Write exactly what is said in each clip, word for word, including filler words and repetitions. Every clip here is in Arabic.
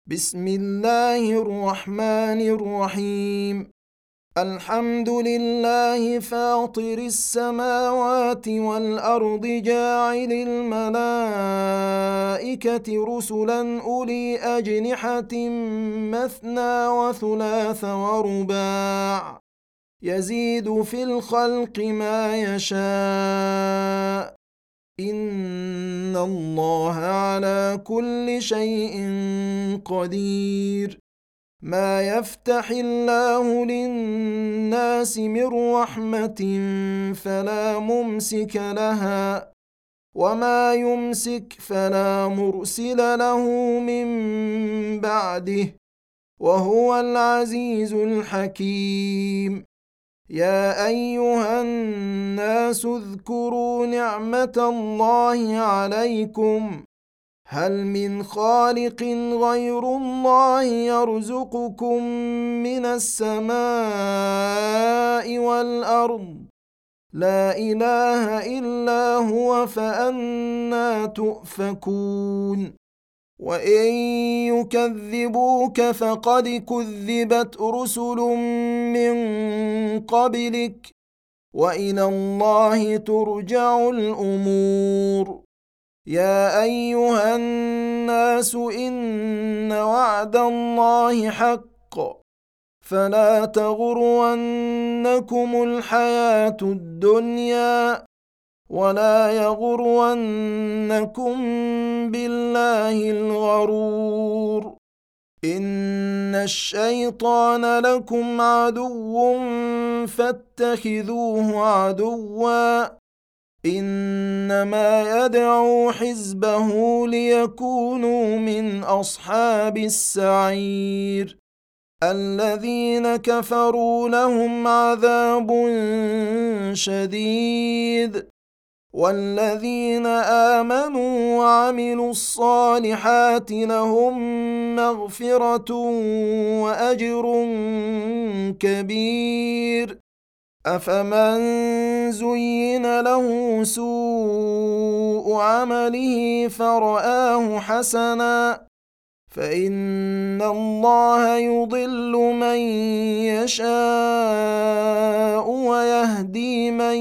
بسم الله الرحمن الرحيم. الحمد لله فاطر السماوات والأرض جاعل الملائكة رسلا أولي أجنحة مثنى وثلاث ورباع يزيد في الخلق ما يشاء إن الله على كل شيء قدير. ما يفتح الله للناس من رحمة فلا ممسك لها وما يمسك فلا مرسل له من بعده وهو العزيز الحكيم. يا أيها الناس اذكروا نعمة الله عليكم هل من خالق غير الله يرزقكم من السماء والأرض لا إله إلا هو فأنى تؤفكون. وإن يكذبوك فقد كذبت رسل من قبلك وإلى الله ترجع الأمور. يا أيها الناس إن وعد الله حق فلا تغرنكم الحياة الدنيا ولا يغرنكم بالله الغرور. إن الشيطان لكم عدو فاتخذوه عدوا إنما يدعو حزبه ليكونوا من أصحاب السعير. الذين كفروا لهم عذاب شديد والذين آمنوا وعملوا الصالحات لهم مغفرة وأجر كبير. أفمن زين له سوء عمله فرآه حسنا فإن الله يضل من يشاء ويهدي من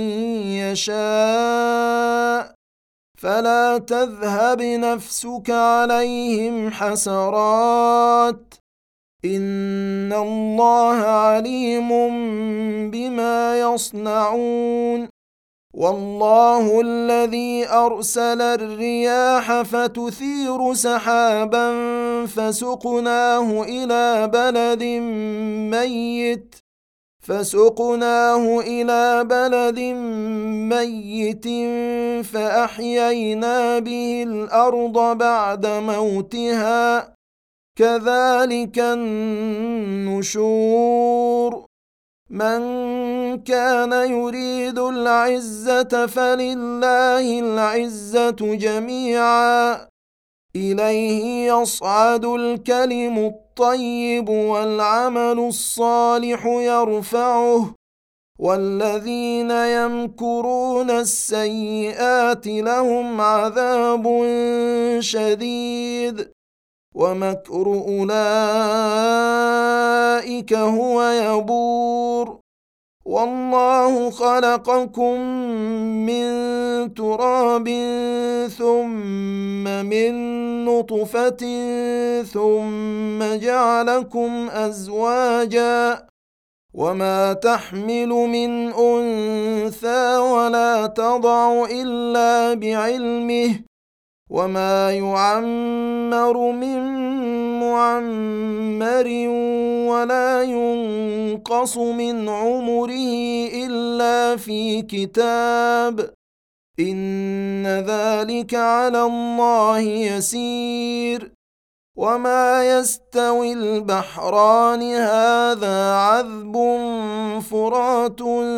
يشاء فلا تذهب نفسك عليهم حسرات إن الله عليم بما يصنعون. والله الذي أرسل الرياح فتثير سحابا فسقناه إلى بلد ميت فسقناه إلى بلد ميت فأحيينا به الأرض بعد موتها كذلك النشور. من كان يريد العزة فلله العزة جميعا إليه يصعد الكلم الطيب والعمل الصالح يرفعه والذين يمكرون السيئات لهم عذاب شديد ومكر أولئك هو يبور. والله خلقكم من تراب ثم من نطفة ثم جعلكم أزواجا وما تحمل من أنثى ولا تضع إلا بعلمه وما يعمر من معمر ولا ينقص من عمره إلا في كتاب إن ذلك على الله يسير. وما يستوي البحران هذا عذب فرات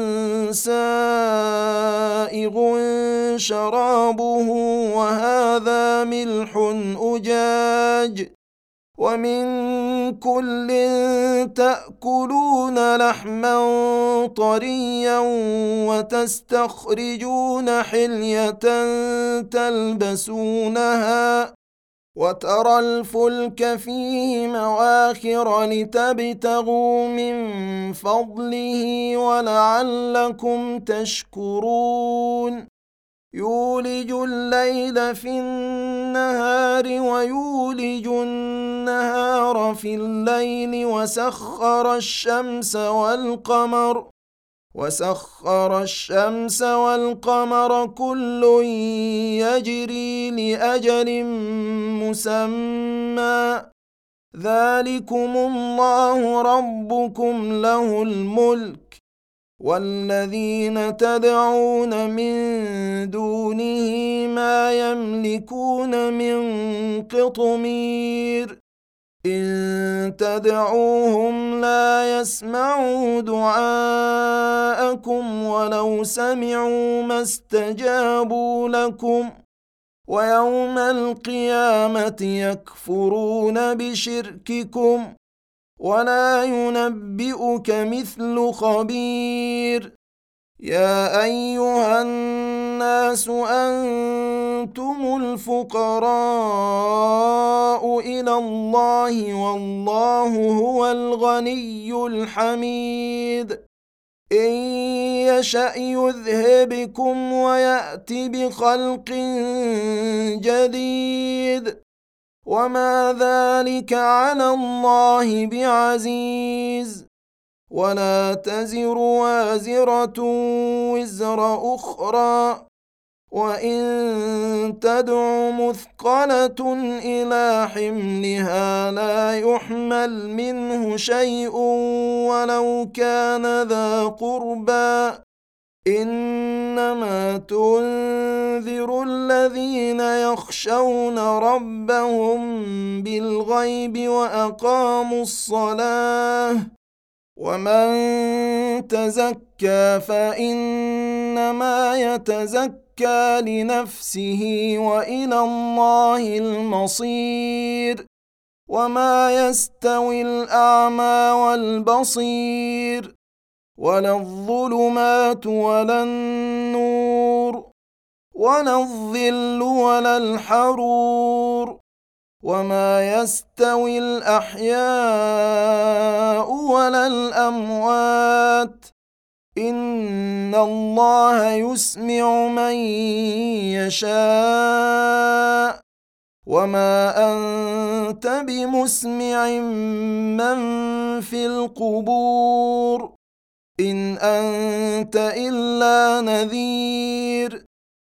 سائغ شرابه وهذا ملح أجاج ومن كل تأكلون لحما طريا وتستخرجون حلية تلبسونها وترى الفلك فيه مواخر لتبتغوا من فضله ولعلكم تشكرون يولج الليل في النهار ويولج النهار في الليل وسخر الشمس والقمر وسخر الشمس والقمر كل يجري لأجل مسمى ذلكم الله ربكم له الملك والذين تدعون من دونه ما يملكون من قطمير إن تدعوهم لا يسمعوا دعاءكم ولو سمعوا ما استجابوا لكم ويوم القيامة يكفرون بشرككم ولا ينبئك مثل خبير يا أيها الناس أنتم الفقراء إلى الله والله هو الغني الحميد إن يشأ يذهبكم ويأت بخلق جديد وما ذلك على الله بعزيز ولا تزر وازرة وزر أخرى وإن تدع مثقلة إلى حملها لا يحمل منه شيء ولو كان ذا قربى إنما تنذر الذين يخشون ربهم بالغيب وأقاموا الصلاة ومن تزكى فإنما يتزكى لنفسه وإلى الله المصير وما يستوي الأعمى والبصير ولا الظلمات ولا النور ولا الظل ولا الحرور وما يستوي الأحياء ولا الأموات إن الله يسمع من يشاء وما أنت بمسمع من في القبور إن أنت إلا نذير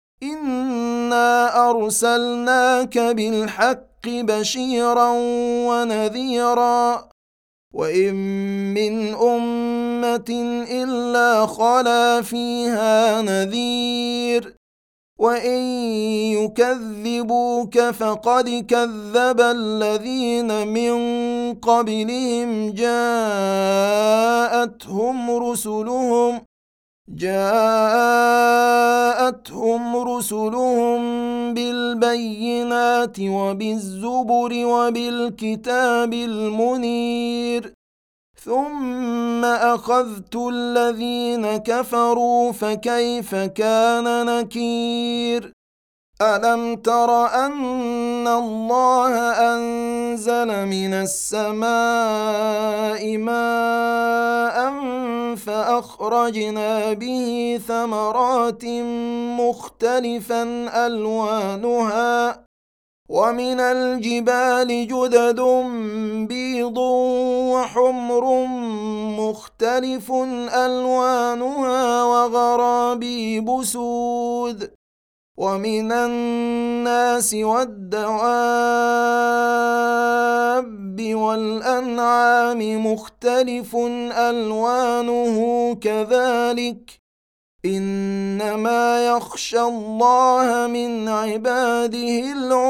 إنا أرسلناك بالحق بشيرا ونذيرا وإن من أمة إلا خلا فيها نذير وإن يكذبوك فقد كذب الذين من قبلهم جاءتهم رسلهم جاءتهم رسلهم بالبينات وبالزبر وبالكتاب المنير ثم أخذت الذين كفروا فكيف كان نكير ألم تر أن الله أنزل من السماء ماء فأخرجنا به ثمرات مختلفا ألوانها ومن الجبال جدد بيض وحمر مختلف ألوانها وغرابيب سود ومن الناس والدواب والأنعام مختلف ألوانه كذلك إنما يخشى الله من عباده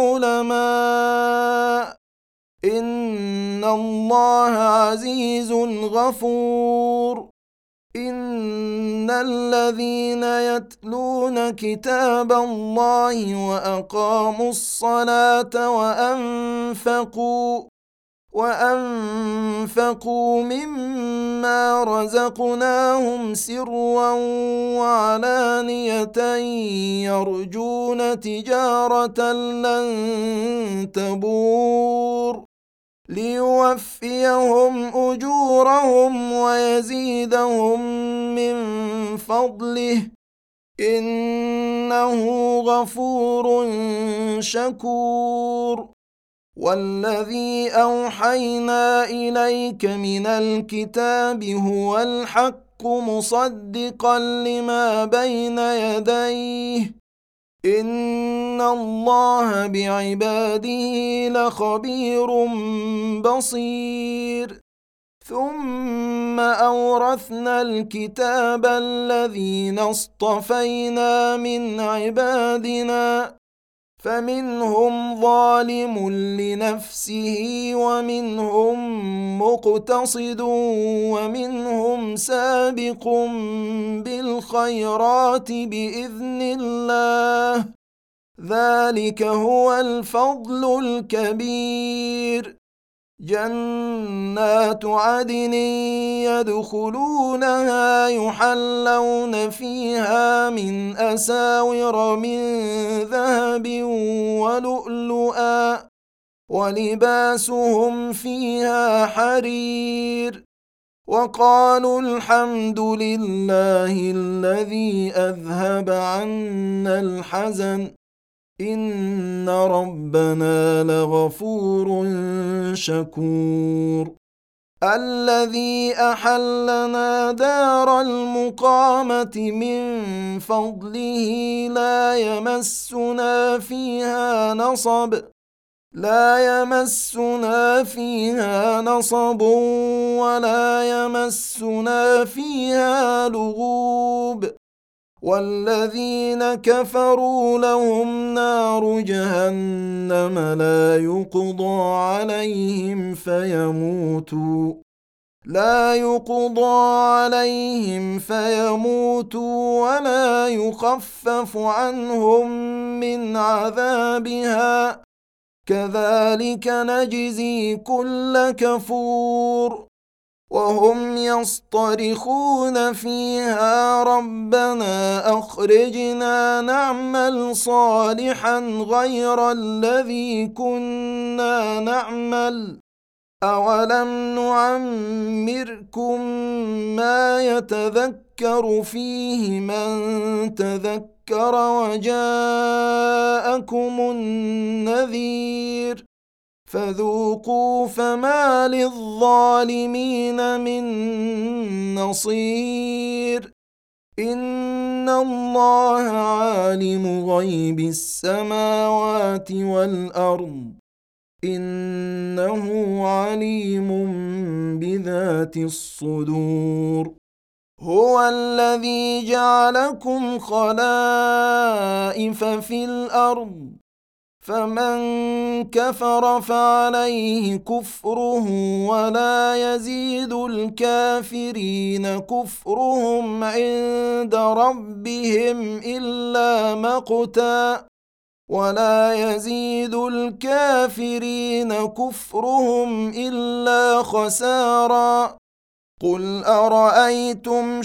العلماء إن الله عزيز غفور إن الذين يتلون كتاب الله وأقاموا الصلاة وأنفقوا وأنفقوا مما رزقناهم سرا وعلانية يرجون تجارة لن تبور ليوفيهم أجورهم ويزيدهم من فضله إنه غفور شكور. والذي أوحينا إليك من الكتاب هو الحق مصدقا لما بين يديه إن الله بعباده لخبير بصير. ثم أورثنا الكتاب الذين اصطفينا من عبادنا فمنهم ظالم لنفسه ومنهم مقتصد ومنهم سابق بالخيرات بإذن الله ذلك هو الفضل الكبير. جنات عدن يدخلونها يحلون فيها من أساور من ذهب ولؤلؤا ولباسهم فيها حرير. وقالوا الحمد لله الذي أذهب عنا الحزن إن ربنا لغفور شكور. الذي أحلنا دار المقامة من فضله لا يمسنا فيها نصب لا يمسنا فيها نصب ولا يمسنا فيها لغوب. والذين كفروا لهم نار جهنم لا يقضى عليهم فيموتوا لا يقضى عليهم فيموتوا ولا يخفف عنهم من عذابها كذلك نجزي كل كفور. وهم يصطرخون فيها ربنا أخرجنا نعمل صالحا غير الذي كنا نعمل أولم نعمركم ما يتذكر فيه من تذكر وجاءكم النذير فذوقوا فما للظالمين من نصير. إن الله عالم غيب السماوات والأرض إنه عليم بذات الصدور. هو الذي جعلكم خلائف في الأرض فمن كفر فعليه كفره ولا يزيد الكافرين كفرهم عند ربهم إلا مقتا ولا يزيد الكافرين كفرهم إلا خسارا. قل أرأيتم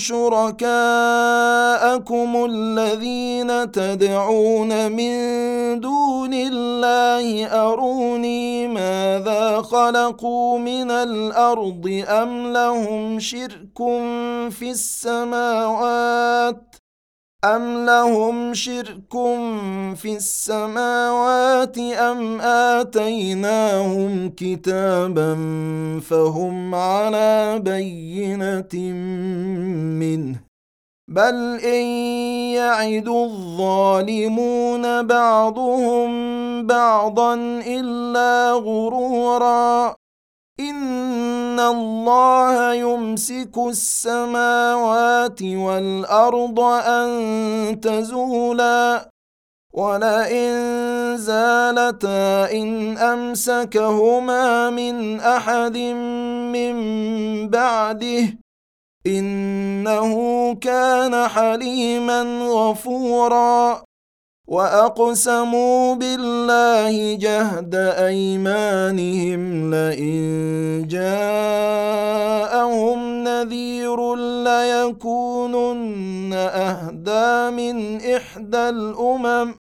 شركاءكم الذين تدعون من دون الله أروني ماذا خلقوا من الأرض أم لهم شرك في السماوات أم لهم شرك في السماوات أم آتيناهم كتابا فهم على بينة منه بل إن يعد الظالمون بعضهم بعضا إلا غرورا. إن الله يمسك السماوات والأرض أن تزولا ولئن زالتا إن أمسكهما من أحد من بعده إنه كان حليما غفورا. وأقسموا بالله جهد أيمانهم لئن جاءهم نذير ليكونن أهدى من إحدى الأمم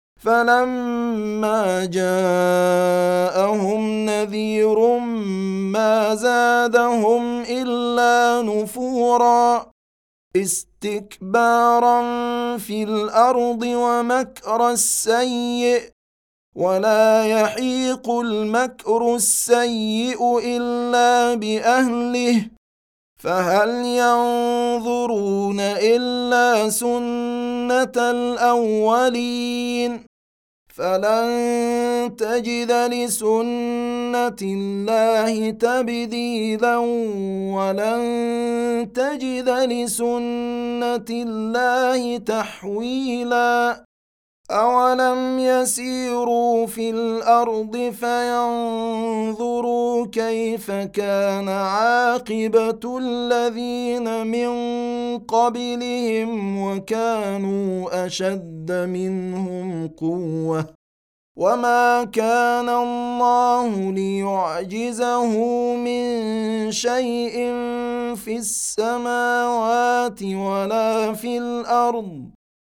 فلما جاءهم نذير ما زادهم إلا نفورا استكبارا في الأرض ومكر السيء ولا يحيق المكر السيء إلا بأهله فهل ينظرون إلا سنة الأولين فلن تجد لسنة الله تبديلا ولن تجد لسنة الله تحويلا أولم يسيروا في الأرض فينظروا كيف كان عاقبة الذين من قبلهم وكانوا أشد منهم قوة وما كان الله ليعجزه من شيء في السماوات ولا في الأرض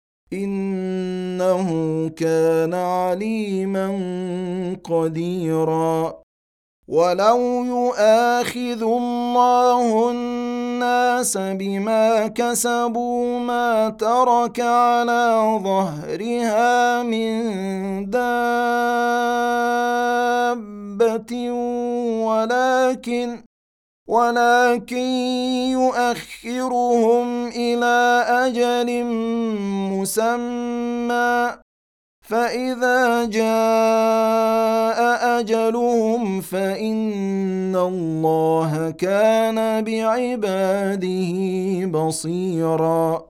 إنه كان عليما قديرا ولو يؤاخذ الله الناس بما كسبوا ما ترك على ظهرها من دابة ولكن ولكن يؤخرهم إلى أجل مسمى فإذا جاء أجلهم فإن الله كان بعباده بصيراً